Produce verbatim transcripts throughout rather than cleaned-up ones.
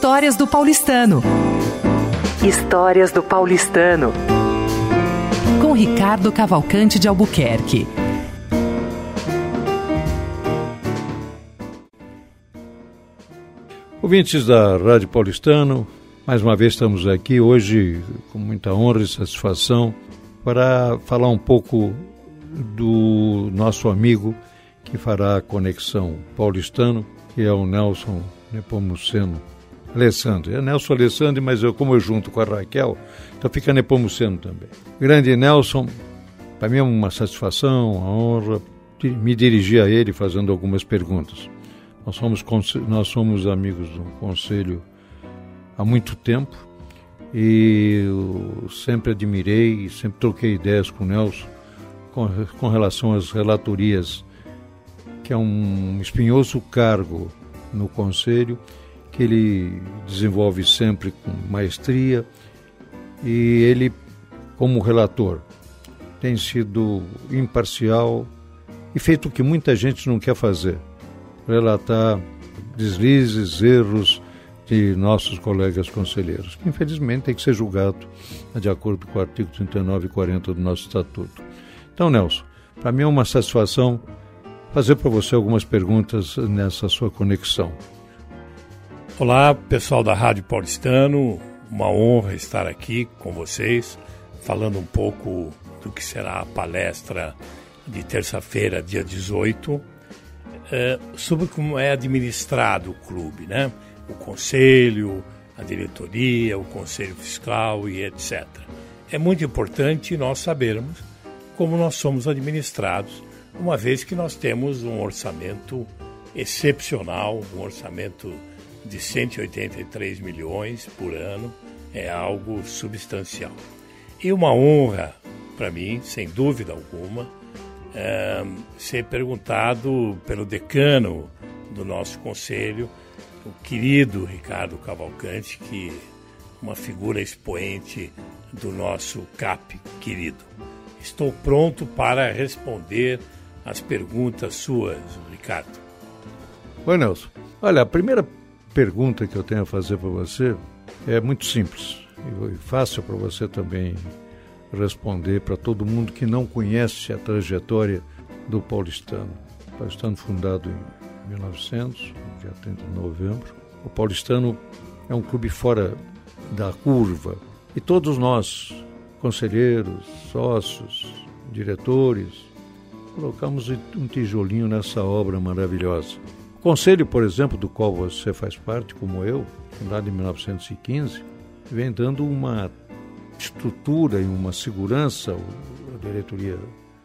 Histórias do Paulistano. Histórias do Paulistano. Com Ricardo Cavalcante de Albuquerque. Ouvintes da Rádio Paulistano, mais uma vez estamos aqui hoje com muita honra e satisfação para falar um pouco do nosso amigo que fará a conexão paulistano, que é o Nelson Nepomuceno Alessandri. É Nelson Alessandri, mas eu, como eu junto com a Raquel, então fica Nepomuceno também. Grande Nelson, para mim é uma satisfação, uma honra de me dirigir a ele fazendo algumas perguntas. Nós somos, nós somos amigos do Conselho há muito tempo e eu sempre admirei e sempre troquei ideias com o Nelson com, com relação às relatorias, que é um espinhoso cargo no Conselho, que ele desenvolve sempre com maestria, e ele, como relator, tem sido imparcial e feito o que muita gente não quer fazer: relatar deslizes, erros de nossos colegas conselheiros, que infelizmente tem que ser julgado de acordo com o artigo trinta e nove e quarenta do nosso Estatuto. Então, Nelson, para mim é uma satisfação fazer para você algumas perguntas nessa sua conexão. Olá, pessoal da Rádio Paulistano, uma honra estar aqui com vocês, falando um pouco do que será a palestra de terça-feira, dia dezoito, É, sobre como é administrado o clube, né? O conselho, a diretoria, o conselho fiscal e etcétera. É muito importante nós sabermos como nós somos administrados, uma vez que nós temos um orçamento excepcional, um orçamento de cento e oitenta e três milhões por ano, é algo substancial. E uma honra para mim, sem dúvida alguma, É, ser perguntado pelo decano do nosso conselho, o querido Ricardo Cavalcante, que é uma figura expoente do nosso C A P querido. Estou pronto para responder as perguntas suas, Ricardo. Oi, Nelson. Olha, a primeira pergunta que eu tenho a fazer para você é muito simples e fácil para você também responder, para todo mundo que não conhece a trajetória do Paulistano. O Paulistano fundado em mil e novecentos, dia trinta de novembro. O Paulistano é um clube fora da curva e todos nós, conselheiros, sócios, diretores, colocamos um tijolinho nessa obra maravilhosa. O conselho, por exemplo, do qual você faz parte, como eu, fundado em mil novecentos e quinze, vem dando uma estrutura e uma segurança, a diretoria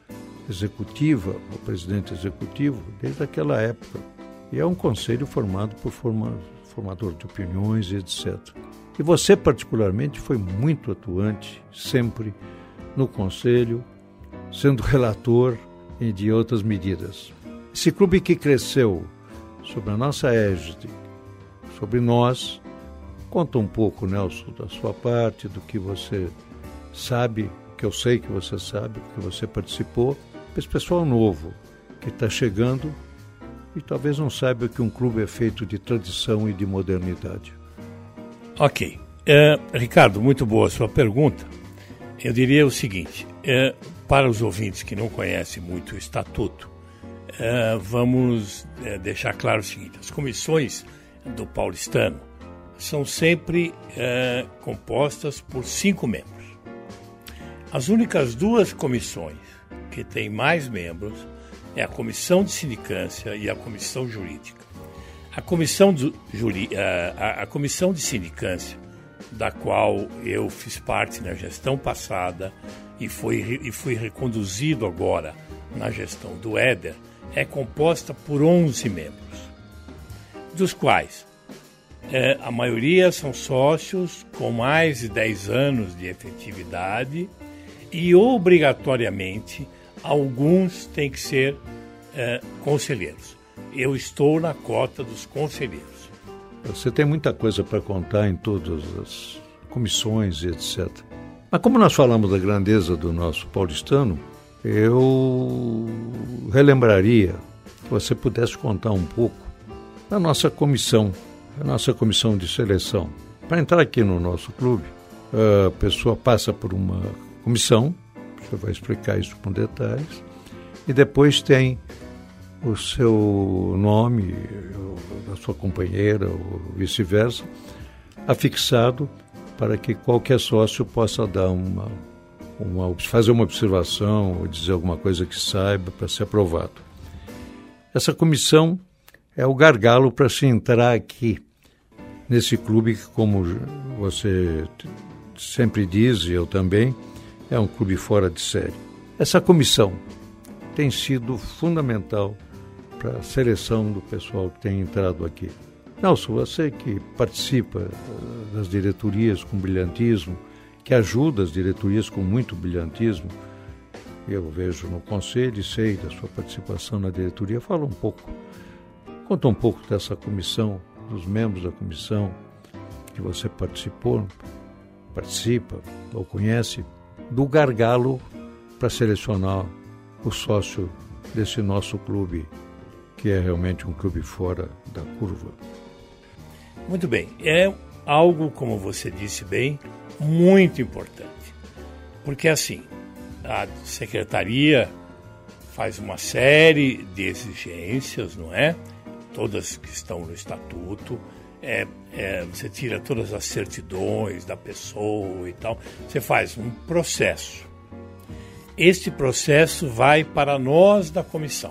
executiva, o presidente executivo, desde aquela época. E é um conselho formado por forma, formador de opiniões e etcétera. E você, particularmente, foi muito atuante, sempre no conselho, sendo relator e de outras medidas. Esse clube que cresceu sob a nossa égide, sobre nós. Conta um pouco, Nelson, da sua parte, do que você sabe, que eu sei que você sabe, que você participou. Esse pessoal novo que está chegando e talvez não saiba que um clube é feito de tradição e de modernidade. Ok. É, Ricardo, muito boa a sua pergunta. Eu diria o seguinte, é, para os ouvintes que não conhecem muito o Estatuto, é, vamos é, deixar claro o seguinte: as comissões do Paulistano são sempre é, compostas por cinco membros. As únicas duas comissões que têm mais membros é a Comissão de Sindicância e a Comissão Jurídica. A Comissão, do, juri, a, a Comissão de Sindicância, da qual eu fiz parte na gestão passada e, foi, e fui reconduzido agora na gestão do Éder, é composta por onze membros, dos quais É, a maioria são sócios com mais de dez anos de efetividade e, obrigatoriamente, alguns têm que ser é, conselheiros. Eu estou na cota dos conselheiros. Você tem muita coisa para contar em todas as comissões e etcétera. Mas como nós falamos da grandeza do nosso paulistano, eu relembraria que você pudesse contar um pouco da nossa comissão a nossa comissão de seleção. Para entrar aqui no nosso clube, a pessoa passa por uma comissão, você vai explicar isso com detalhes, e depois tem o seu nome, a sua companheira, ou vice-versa, afixado para que qualquer sócio possa dar uma, uma, fazer uma observação ou dizer alguma coisa que saiba para ser aprovado. Essa comissão é o gargalo para se entrar aqui nesse clube que, como você sempre diz, e eu também, é um clube fora de série. Essa comissão tem sido fundamental para a seleção do pessoal que tem entrado aqui. Nelson, você que participa das diretorias com brilhantismo, que ajuda as diretorias com muito brilhantismo, eu vejo no conselho e sei da sua participação na diretoria, fala um pouco, conta um pouco dessa comissão, dos membros da comissão que você participou, participa ou conhece, do gargalo para selecionar o sócio desse nosso clube, que é realmente um clube fora da curva. Muito bem, é algo, como você disse bem, muito importante, porque assim, a secretaria faz uma série de exigências, não é? Todas que estão no estatuto, é, é, você tira todas as certidões da pessoa e tal, você faz um processo. Este processo vai para nós da comissão.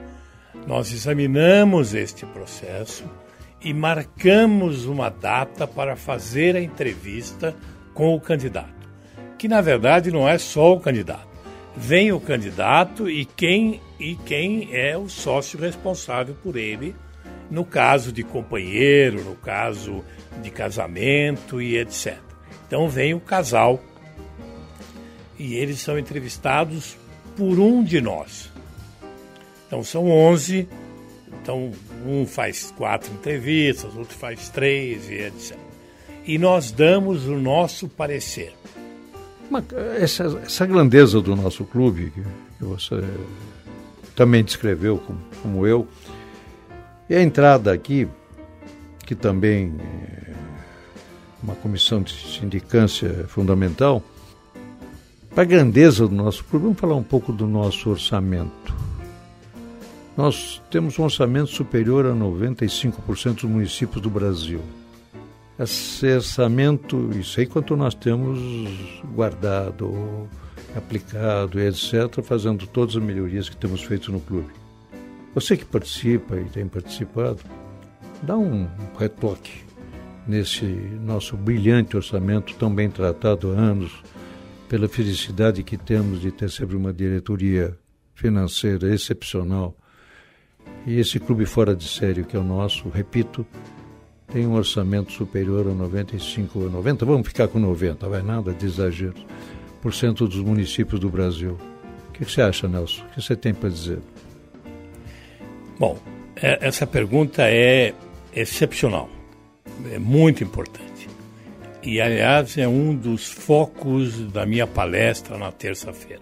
Nós examinamos este processo e marcamos uma data para fazer a entrevista com o candidato, que na verdade não é só o candidato. Vem o candidato e quem, e quem é o sócio responsável por ele, no caso de companheiro, no caso de casamento e etcétera. Então vem o casal e eles são entrevistados por um de nós. Então são onze, então um faz quatro entrevistas, outro faz três e etcétera. E nós damos o nosso parecer. Uma, essa, essa grandeza do nosso clube, que você também descreveu como, como eu, e a entrada aqui, que também é uma comissão de sindicância fundamental, para a grandeza do nosso clube, vamos falar um pouco do nosso orçamento. Nós temos um orçamento superior a noventa e cinco por cento dos municípios do Brasil. Esse orçamento, isso aí quanto nós temos guardado, aplicado, etcétera, fazendo todas as melhorias que temos feito no clube. Você que participa e tem participado, dá um retoque nesse nosso brilhante orçamento, tão bem tratado há anos, pela felicidade que temos de ter sempre uma diretoria financeira excepcional. E esse clube fora de série que é o nosso, repito, tem um orçamento superior a noventa e cinco, noventa, vamos ficar com noventa, vai nada de exagero, por cento dos municípios do Brasil. O que você acha, Nelson? O que você tem para dizer? Bom, essa pergunta é excepcional, é muito importante. E, aliás, é um dos focos da minha palestra na terça-feira.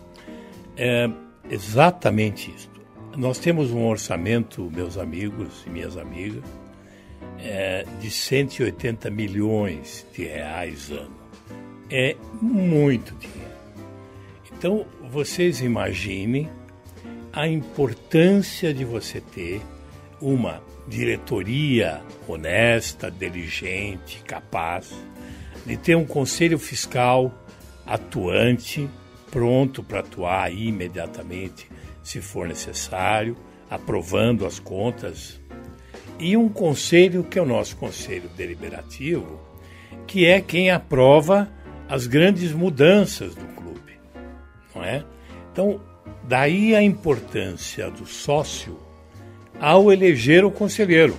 É exatamente isso. Nós temos um orçamento, meus amigos e minhas amigas, é, de cento e oitenta milhões de reais ano. É muito dinheiro. Então, vocês imaginem a importância de você ter uma diretoria honesta, diligente, capaz, de ter um conselho fiscal atuante, pronto para atuar imediatamente, se for necessário, aprovando as contas, e um conselho que é o nosso conselho deliberativo, que é quem aprova as grandes mudanças do clube, não é? Então, daí a importância do sócio ao eleger o conselheiro,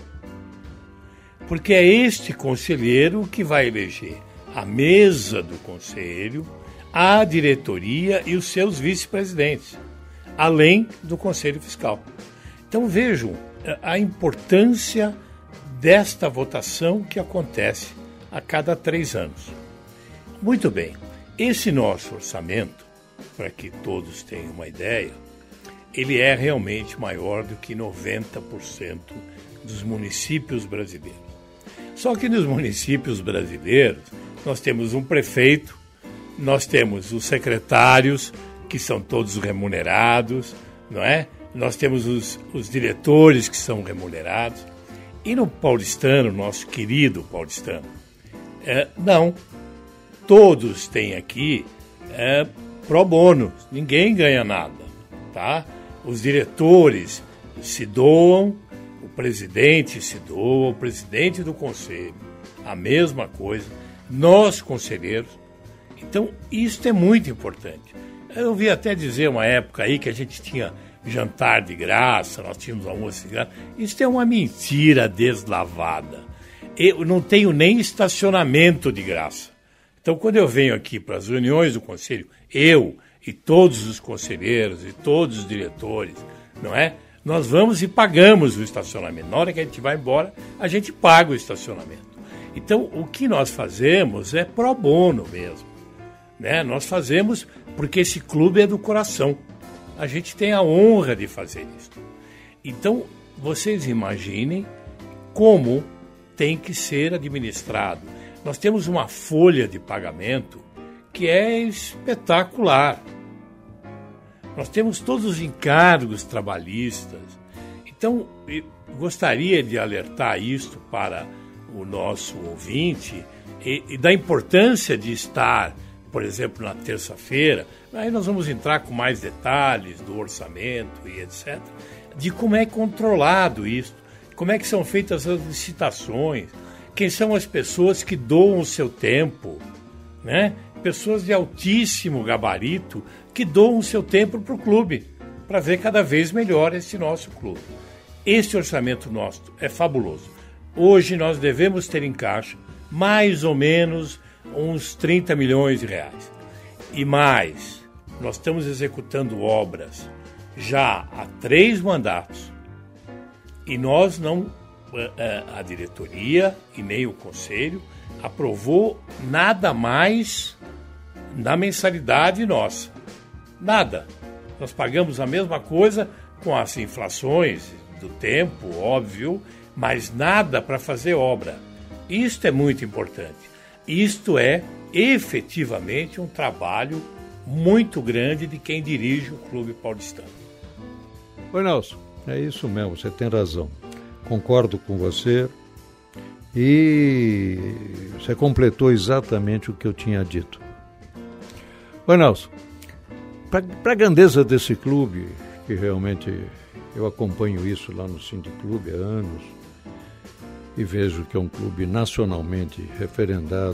porque é este conselheiro que vai eleger a mesa do conselho, a diretoria e os seus vice-presidentes, além do conselho fiscal. Então vejam a importância desta votação que acontece a cada três anos. Muito bem, esse nosso orçamento, para que todos tenham uma ideia, ele é realmente maior do que noventa por cento dos municípios brasileiros. Só que nos municípios brasileiros, nós temos um prefeito, nós temos os secretários, que são todos remunerados, não é? Nós temos os, os diretores que são remunerados. E no paulistano, nosso querido paulistano, é, não. Todos têm aqui é, pro bono, ninguém ganha nada, tá? Os diretores se doam, o presidente se doa, o presidente do conselho, a mesma coisa, nós conselheiros. Então, isso é muito importante. Eu ouvi até dizer uma época aí que a gente tinha jantar de graça, nós tínhamos almoço de graça. Isso é uma mentira deslavada. Eu não tenho nem estacionamento de graça. Então, quando eu venho aqui para as reuniões do conselho, eu e todos os conselheiros e todos os diretores, não é? Nós vamos e pagamos o estacionamento. Na hora que a gente vai embora, a gente paga o estacionamento. Então, o que nós fazemos é pro bono mesmo, né? Nós fazemos porque esse clube é do coração. A gente tem a honra de fazer isso. Então, vocês imaginem como tem que ser administrado. Nós temos uma folha de pagamento que é espetacular. Nós temos todos os encargos trabalhistas. Então, eu gostaria de alertar isto para o nosso ouvinte e, e da importância de estar, por exemplo, na terça-feira. Aí nós vamos entrar com mais detalhes do orçamento e etcétera, de como é controlado isso, como é que são feitas as licitações, quem são as pessoas que doam o seu tempo, né? Pessoas de altíssimo gabarito que doam o seu tempo para o clube, para ver cada vez melhor esse nosso clube. Esse orçamento nosso é fabuloso. Hoje nós devemos ter em caixa mais ou menos uns trinta milhões de reais. E mais, nós estamos executando obras já há três mandatos e nós não, a diretoria e nem o conselho aprovou nada mais na mensalidade nossa. Nada. Nós pagamos a mesma coisa com as inflações do tempo, óbvio, mas nada para fazer obra. Isto é muito importante. Isto é efetivamente um trabalho muito grande de quem dirige o Clube Paulistano. Oi, Nelson, é isso mesmo, você tem razão. Concordo com você e você completou exatamente o que eu tinha dito. Oi, Nelson, para a grandeza desse clube, que realmente eu acompanho isso lá no Sindiclube há anos, e vejo que é um clube nacionalmente referendado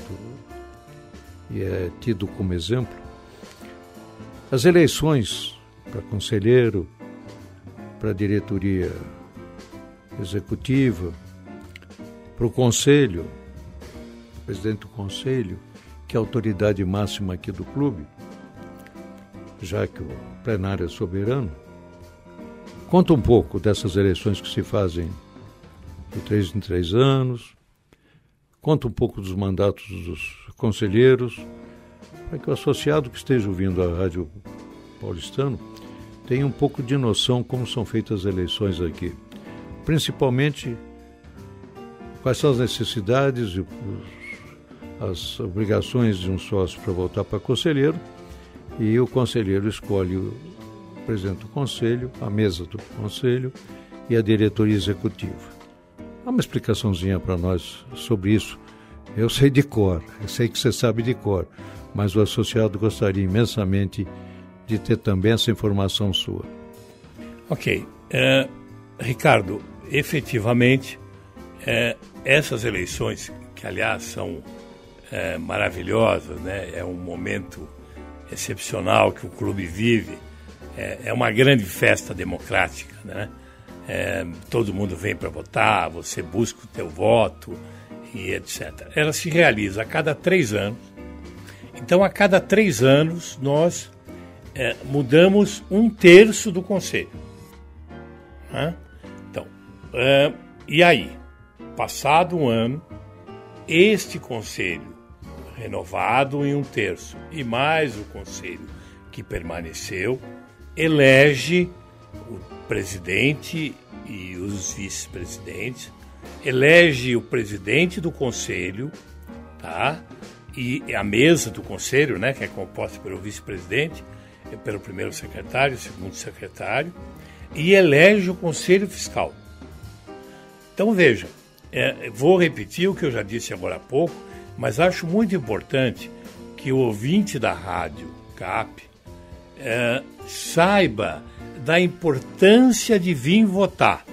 e é tido como exemplo, as eleições para conselheiro, para a diretoria executiva, para o conselho, o presidente do conselho, que é a autoridade máxima aqui do clube, já que o plenário é soberano. Conta um pouco dessas eleições que se fazem de três em três anos, conta um pouco dos mandatos dos conselheiros, para que o associado que esteja ouvindo a Rádio Paulistano tenha um pouco de noção como são feitas as eleições aqui. Principalmente, quais são as necessidades e as obrigações de um sócio para voltar para conselheiro, e o conselheiro escolhe o presidente do conselho, a mesa do conselho e a diretoria executiva. Dá uma explicaçãozinha para nós sobre isso. Eu sei de cor, eu sei que você sabe de cor, mas o associado gostaria imensamente de ter também essa informação sua. Ok. É, Ricardo, efetivamente, é, essas eleições, que aliás são é, maravilhosas, né? É um momento excepcional que o clube vive, é, é uma grande festa democrática, né? É, todo mundo vem para votar, você busca o teu voto e etcétera. Ela se realiza a cada três anos. Então, a cada três anos, nós é, mudamos um terço do conselho. Né? Então, é, e aí, passado um ano, este conselho renovado em um terço e mais o conselho que permaneceu, elege o presidente e os vice-presidentes, elege o presidente do conselho, tá? E a mesa do conselho, né, que é composta pelo vice-presidente, pelo primeiro secretário, segundo secretário, e elege o conselho fiscal. Então veja, é, vou repetir o que eu já disse agora há pouco, mas acho muito importante que o ouvinte da rádio C A P é, saiba da importância de vir votar,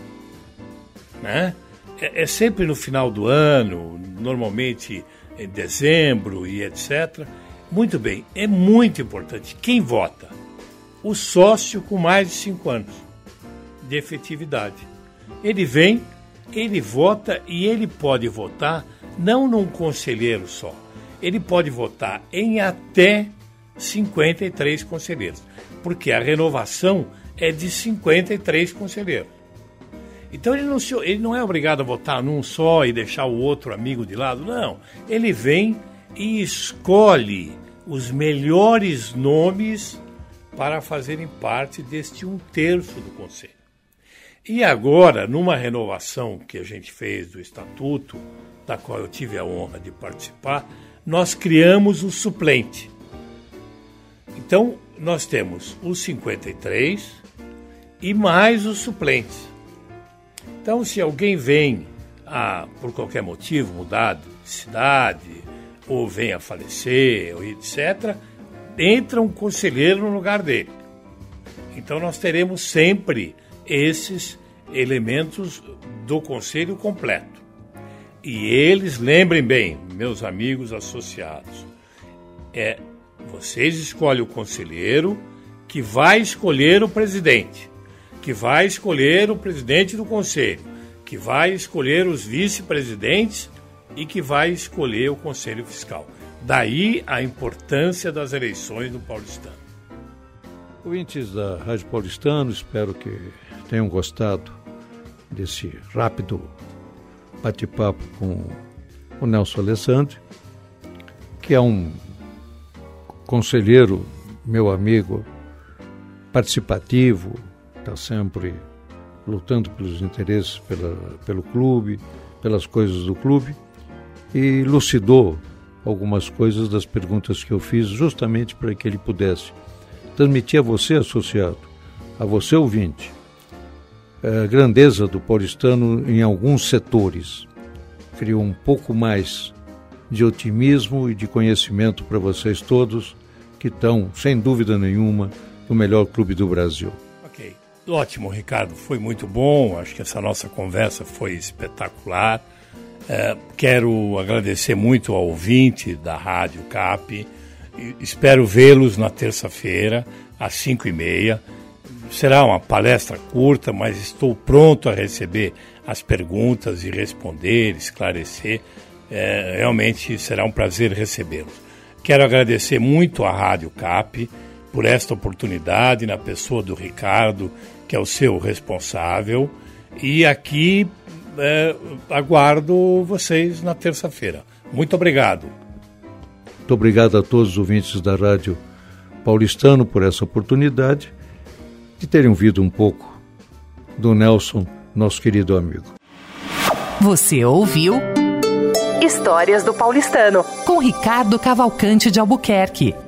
né? É, é sempre no final do ano, normalmente em dezembro e etcétera. Muito bem, é muito importante. Quem vota? O sócio com mais de cinco anos de efetividade. Ele vem, ele vota e ele pode votar não num conselheiro só. Ele pode votar em até cinquenta e três conselheiros, porque a renovação é de cinquenta e três conselheiros. Então ele não, se, ele não é obrigado a votar num só e deixar o outro amigo de lado, não. Ele vem e escolhe os melhores nomes para fazerem parte deste um terço do conselho. E agora, numa renovação que a gente fez do estatuto, da qual eu tive a honra de participar, nós criamos o suplente. Então, nós temos os cinquenta e três e mais os suplentes. Então, se alguém vem, a, por qualquer motivo, mudar de cidade, ou vem a falecer, ou etcétera, entra um conselheiro no lugar dele. Então, nós teremos sempre esses elementos do conselho completo. E eles, lembrem bem, meus amigos associados, é, vocês escolhem o conselheiro que vai escolher o presidente, que vai escolher o presidente do conselho, que vai escolher os vice-presidentes e que vai escolher o conselho fiscal. Daí a importância das eleições do Paulistano. Ouvintes da Rádio Paulistano, espero que tenham gostado desse rápido bate-papo com o Nelson Alessandri, que é um conselheiro, meu amigo, participativo, está sempre lutando pelos interesses, pela, pelo clube, pelas coisas do clube, e lucidou algumas coisas das perguntas que eu fiz justamente para que ele pudesse transmitir a você, associado, a você, ouvinte, a grandeza do paulistano em alguns setores. Criou um pouco mais de otimismo e de conhecimento para vocês todos, que estão, sem dúvida nenhuma, no melhor clube do Brasil. Ok. Ótimo, Ricardo. Foi muito bom. Acho que essa nossa conversa foi espetacular. É, quero agradecer muito ao ouvinte da Rádio C A P. Espero vê-los na terça-feira, às cinco e meia. Será uma palestra curta, mas estou pronto a receber as perguntas e responder, esclarecer. É, realmente será um prazer recebê-los. Quero agradecer muito à Rádio C A P por esta oportunidade, na pessoa do Ricardo, que é o seu responsável. E aqui é, aguardo vocês na terça-feira. Muito obrigado. Muito obrigado a todos os ouvintes da Rádio Paulistano por essa oportunidade de terem ouvido um pouco do Nelson, nosso querido amigo. Você ouviu Histórias do Paulistano, com Ricardo Cavalcante de Albuquerque.